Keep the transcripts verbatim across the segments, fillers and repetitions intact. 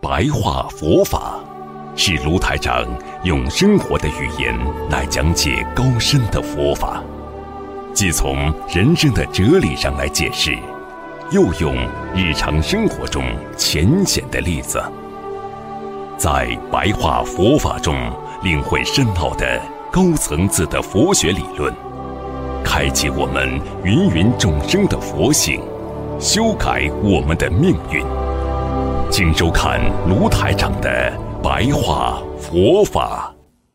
白话佛法，是卢台长用生活的语言来讲解高深的佛法，既从人生的哲理上来解释，又用日常生活中浅显的例子，在白话佛法中领会深奥的高层次的佛学理论，开启我们芸芸众生的佛性，修改我们的命运。请收看卢台长的白话佛法。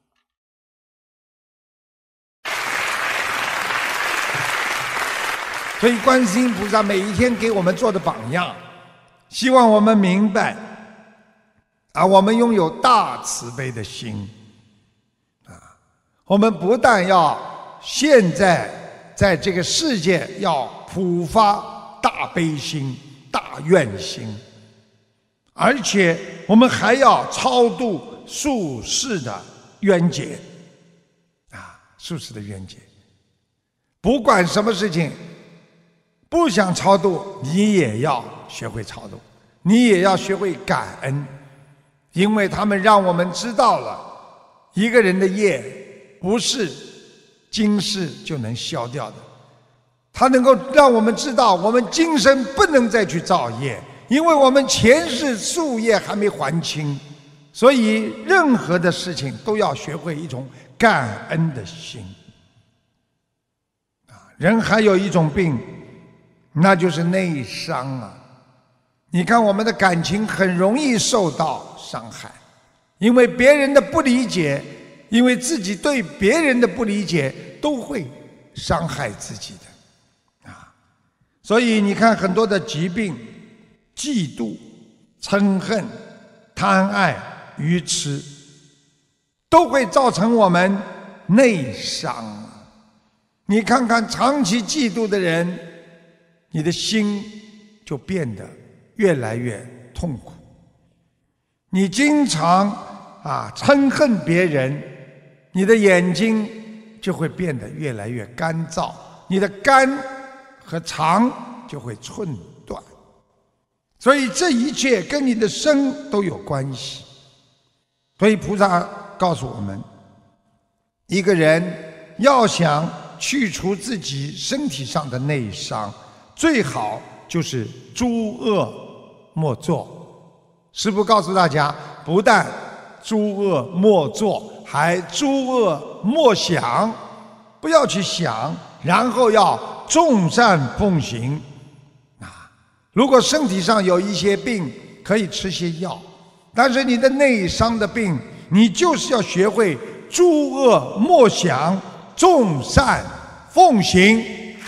所以观世音菩萨每一天给我们做的榜样，希望我们明白啊，我们拥有大慈悲的心啊，我们不但要现在在这个世界要普发大悲心、大愿心，而且我们还要超度宿世的冤结啊，宿世的冤结。不管什么事情，不想超度，你也要学会超度，你也要学会感恩，因为他们让我们知道了，一个人的业不是今世就能消掉的，它能够让我们知道，我们今生不能再去造业，因为我们前世宿业还没还清，所以任何的事情都要学会一种感恩的心。人还有一种病，那就是内伤啊！你看我们的感情很容易受到伤害，因为别人的不理解，因为自己对别人的不理解，都会伤害自己的啊！所以你看很多的疾病，嫉妒、嗔恨、贪爱、愚痴，都会造成我们内伤。你看看长期嫉妒的人，你的心就变得越来越痛苦。你经常啊嗔恨别人，你的眼睛就会变得越来越干燥，你的肝和肠就会寸断。所以这一切跟你的身都有关系。所以菩萨告诉我们，一个人要想去除自己身体上的内伤，最好就是诸恶莫作。师父告诉大家，不但诸恶莫作，还诸恶莫想，不要去想，然后要众善奉行。啊，如果身体上有一些病，可以吃些药，但是你的内伤的病，你就是要学会诸恶莫想，众善奉行。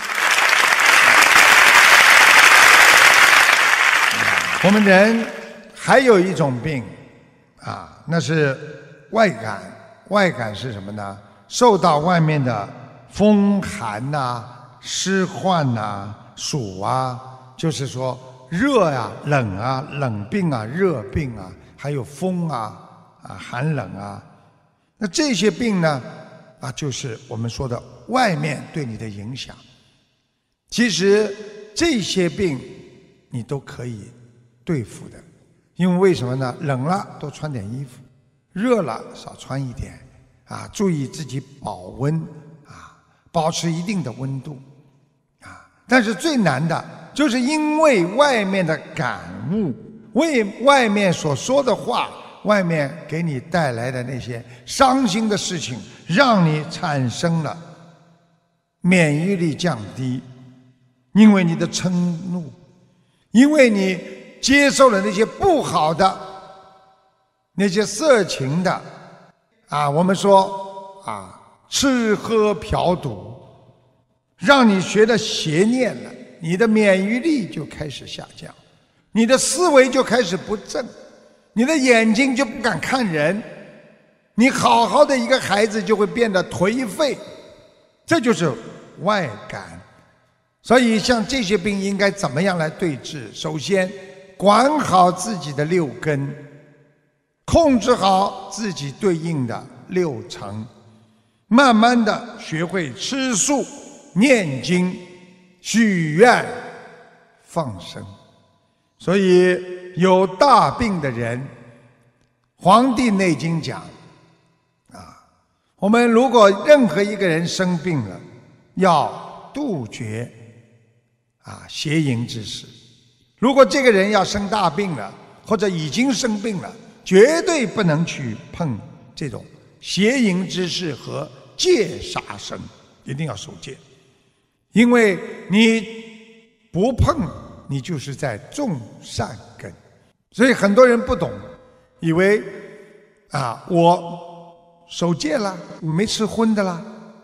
我们人还有一种病啊，那是外感。外感是什么呢？受到外面的风寒呐、啊、湿患呐、啊、暑啊，就是说热啊、冷啊、冷病啊、热病啊，还有风啊、啊寒冷啊。那这些病呢，啊，就是我们说的外面对你的影响。其实这些病你都可以对付的，因为为什么呢？冷了多穿点衣服，热了少穿一点啊，注意自己保温啊，保持一定的温度啊。但是最难的就是因为外面的感悟，为外面所说的话，外面给你带来的那些伤心的事情，让你产生了免疫力降低，因为你的嗔怒，因为你接受了那些不好的、那些色情的啊，我们说啊，吃喝嫖赌，让你学的邪念了，你的免疫力就开始下降，你的思维就开始不正，你的眼睛就不敢看人，你好好的一个孩子就会变得颓废，这就是外感。所以像这些病应该怎么样来对治？首先管好自己的六根，控制好自己对应的六尘，慢慢的学会吃素、念经、许愿、放生。所以有大病的人，《黄帝内经》讲啊，我们如果任何一个人生病了，要杜绝啊邪淫之事。如果这个人要生大病了，或者已经生病了，绝对不能去碰这种邪淫之事和戒杀生，一定要守戒。因为你不碰，你就是在种善根。所以很多人不懂，以为啊我守戒了，没吃荤的啦，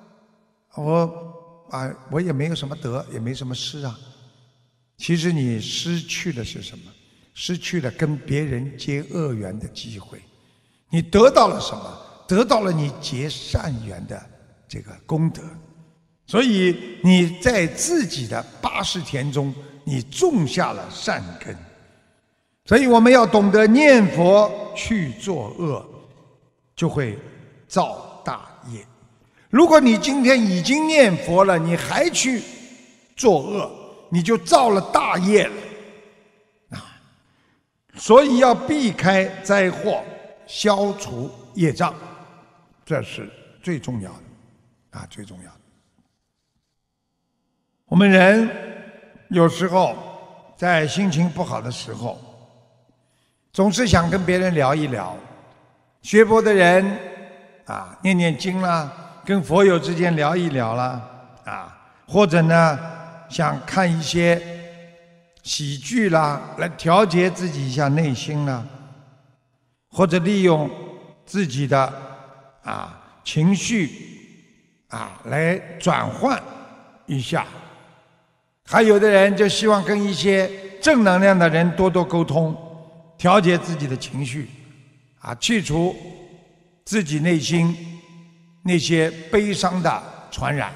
我啊我也没有什么得，也没什么失啊。其实你失去的是什么？失去了跟别人结恶缘的机会。你得到了什么？得到了你结善缘的这个功德。所以你在自己的八十田中，你种下了善根。所以我们要懂得念佛去作恶，就会造大业。如果你今天已经念佛了，你还去作恶，你就造了大业了啊！所以要避开灾祸，消除业障，这是最重要的啊，最重要的。我们人有时候在心情不好的时候，总是想跟别人聊一聊。学佛的人啊，念念经啦，跟佛友之间聊一聊啦，啊，或者呢，想看一些喜剧啦，来调节自己一下内心啦，或者利用自己的啊情绪啊来转换一下。还有的人就希望跟一些正能量的人多多沟通，调节自己的情绪，啊，去除自己内心那些悲伤的传染。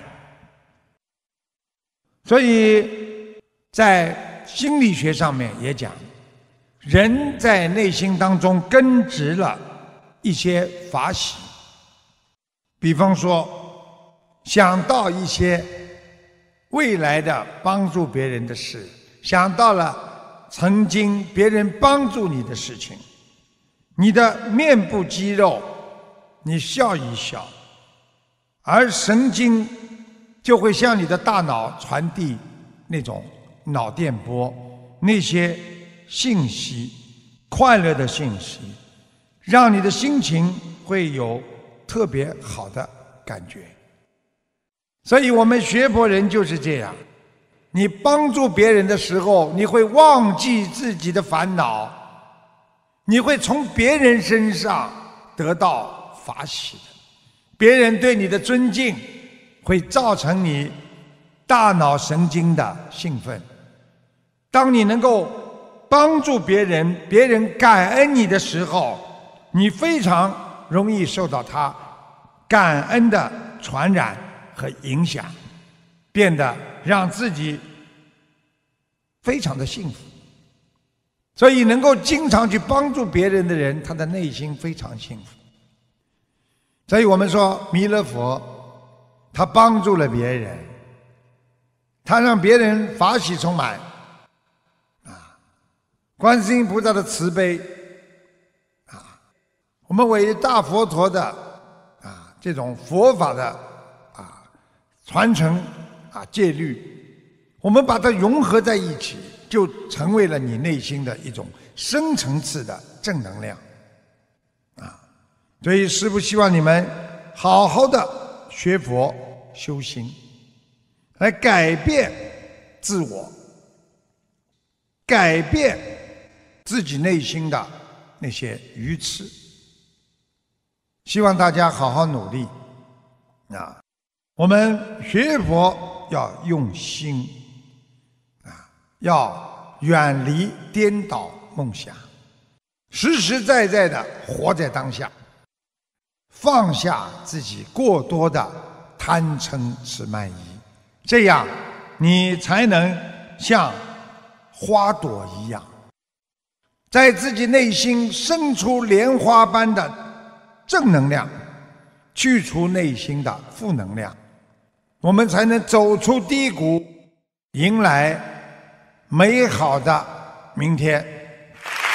所以在心理学上面也讲，人在内心当中根植了一些法喜，比方说想到一些未来的帮助别人的事，想到了曾经别人帮助你的事情，你的面部肌肉你笑一笑，而神经就会向你的大脑传递那种脑电波，那些信息，快乐的信息，让你的心情会有特别好的感觉。所以我们学佛人就是这样，你帮助别人的时候，你会忘记自己的烦恼，你会从别人身上得到法喜的，别人对你的尊敬会造成你大脑神经的兴奋。当你能够帮助别人，别人感恩你的时候，你非常容易受到他感恩的传染和影响，变得让自己非常的幸福。所以能够经常去帮助别人的人，他的内心非常幸福。所以我们说弥勒佛他帮助了别人，他让别人法喜充满啊，观世音菩萨的慈悲啊，我们伟大佛陀的啊这种佛法的啊传承啊戒律，我们把它融合在一起，就成为了你内心的一种深层次的正能量啊。所以师父希望你们好好的学佛修心，来改变自我，改变自己内心的那些愚痴。希望大家好好努力啊！我们学佛要用心啊，要远离颠倒梦想，实实在在的活在当下，放下自己过多的贪嗔痴慢疑，这样你才能像花朵一样，在自己内心生出莲花般的正能量，去除内心的负能量，我们才能走出低谷，迎来美好的明天。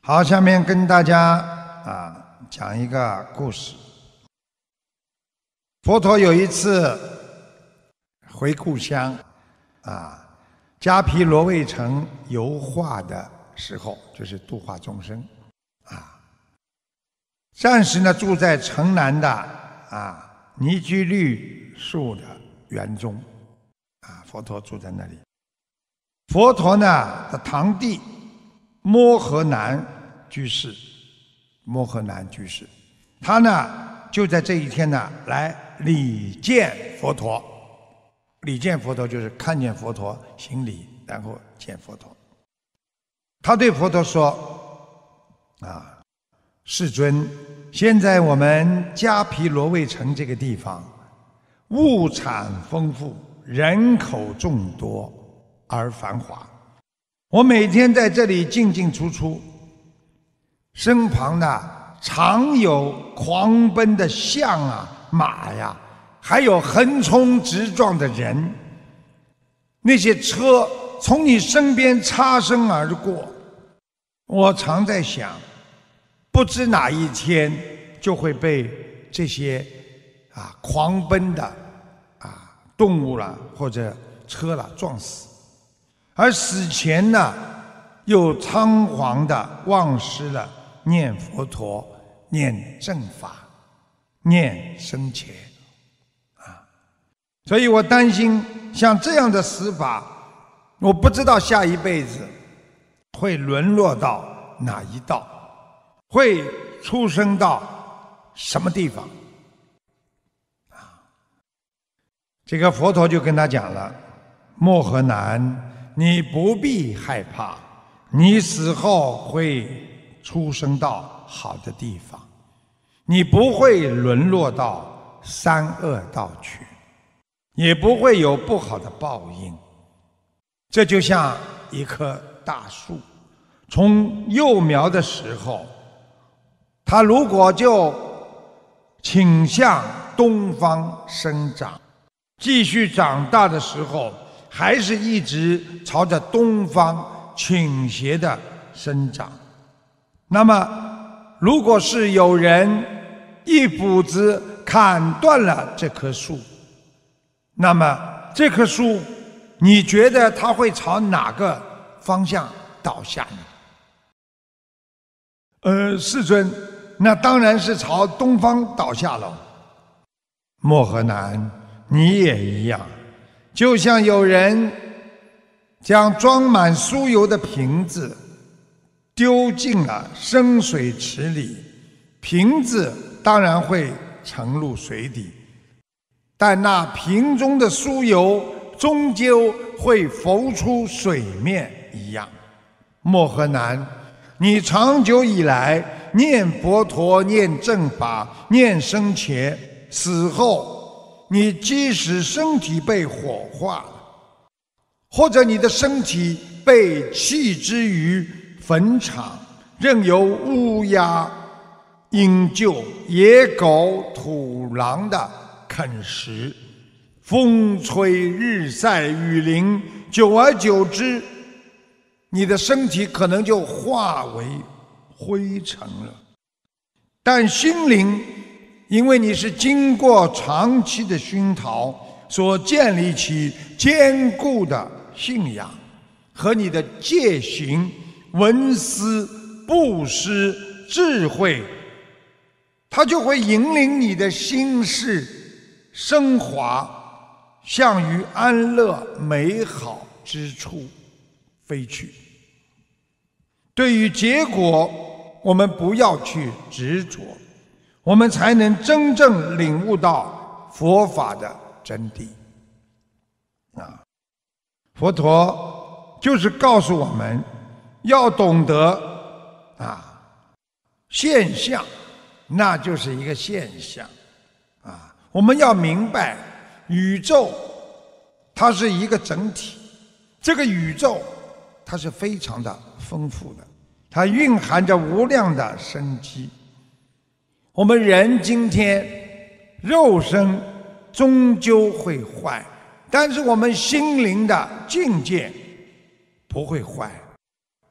好，下面跟大家啊讲一个故事。佛陀有一次回故乡啊，迦毗罗卫城游化的时候，就是度化众生啊。暂时呢住在城南的啊尼居绿树的园中啊，佛陀住在那里。佛陀呢的堂弟摩诃南居士，摩诃南居士，他呢就在这一天呢来礼见佛陀。礼见佛陀就是看见佛陀行礼，然后见佛陀。他对佛陀说：啊，世尊，现在我们迦毗罗卫城这个地方物产丰富，人口众多而繁华，我每天在这里进进出出，身旁呢常有狂奔的象啊马呀，还有横冲直撞的人，那些车从你身边擦身而过，我常在想，不知哪一天就会被这些啊狂奔的啊动物啦或者车啦撞死，而死前呢又仓皇的忘失了念佛陀、念正法、念僧伽啊，所以我担心像这样的死法，我不知道下一辈子会沦落到哪一道，会出生到什么地方啊？这个佛陀就跟他讲了：摩诃南，你不必害怕，你死后会出生到好的地方，你不会沦落到三恶道去，也不会有不好的报应。这就像一棵大树，从幼苗的时候，它如果就倾向东方生长，继续长大的时候，还是一直朝着东方倾斜的生长。那么如果是有人一斧子砍断了这棵树，那么这棵树你觉得它会朝哪个方向倒下呢？呃，世尊，那当然是朝东方倒下了。摩诃南，你也一样，就像有人将装满酥油的瓶子丢进了深水池里，瓶子当然会沉入水底，但那瓶中的酥油终究会浮出水面一样。摩诃南，你长久以来念佛陀、念正法、念僧伽，死后你即使身体被火化了，或者你的身体被弃之于坟场，任由乌鸦、鹰鹫、野狗、土狼的啃食，风吹日晒雨淋，久而久之，你的身体可能就化为灰尘了。但心灵，因为你是经过长期的熏陶，所建立起坚固的信仰和你的戒行、闻思、布施、智慧，它就会引领你的心事升华，向于安乐美好之处飞去。对于结果，我们不要去执着，我们才能真正领悟到佛法的真谛啊！佛陀就是告诉我们要懂得啊，现象那就是一个现象啊，我们要明白宇宙它是一个整体，这个宇宙它是非常的丰富的，它蕴含着无量的生机。我们人今天肉身终究会坏，但是我们心灵的境界不会坏，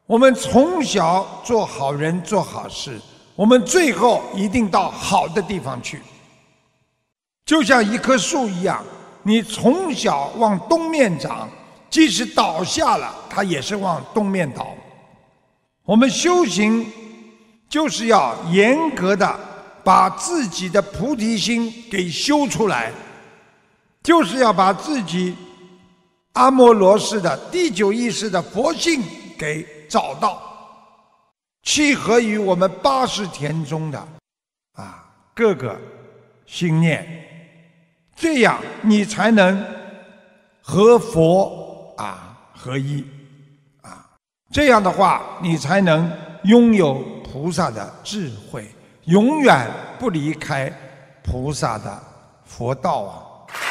我们从小做好人做好事，我们最后一定到好的地方去。就像一棵树一样，你从小往东面长，即使倒下了，它也是往东面倒。我们修行就是要严格的把自己的菩提心给修出来，就是要把自己阿摩罗氏的第九意识的佛性给找到，契合于我们八识田中的啊各个心念，这样你才能和佛啊合一啊，这样的话你才能拥有菩萨的智慧，永远不离开菩萨的佛道啊！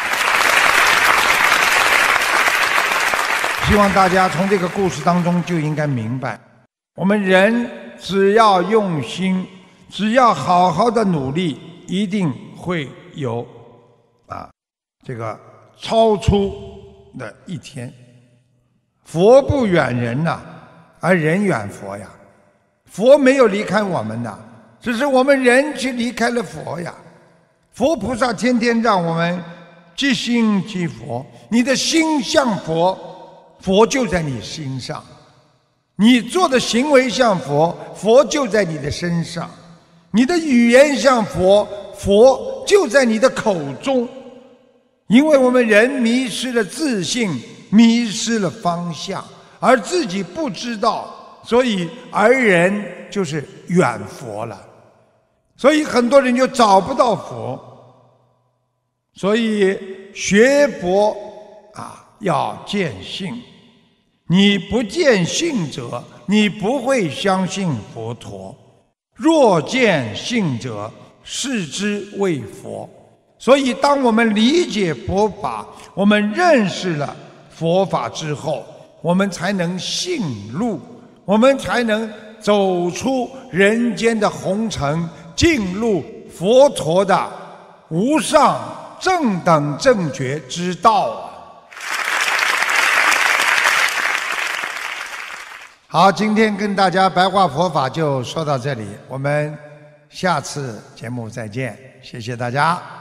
希望大家从这个故事当中就应该明白，我们人只要用心，只要好好的努力，一定会有啊这个超出的一天。佛不远人呐、啊，而人远佛呀。佛没有离开我们的，只是我们人去离开了佛呀。佛菩萨天天让我们即心即佛，你的心像佛，佛就在你心上；你做的行为像佛，佛就在你的身上；你的语言像佛，佛就在你的口中。因为我们人迷失了自信，迷失了方向，而自己不知道，所以而人就是远佛了。所以很多人就找不到佛。所以学佛啊，要见性。你不见性者，你不会相信佛陀。若见性者，视之为佛。所以当我们理解佛法，我们认识了佛法之后，我们才能信路，我们才能走出人间的红尘，进入佛陀的无上正等正觉之道啊！好，今天跟大家白话佛法就说到这里，我们下次节目再见，谢谢大家。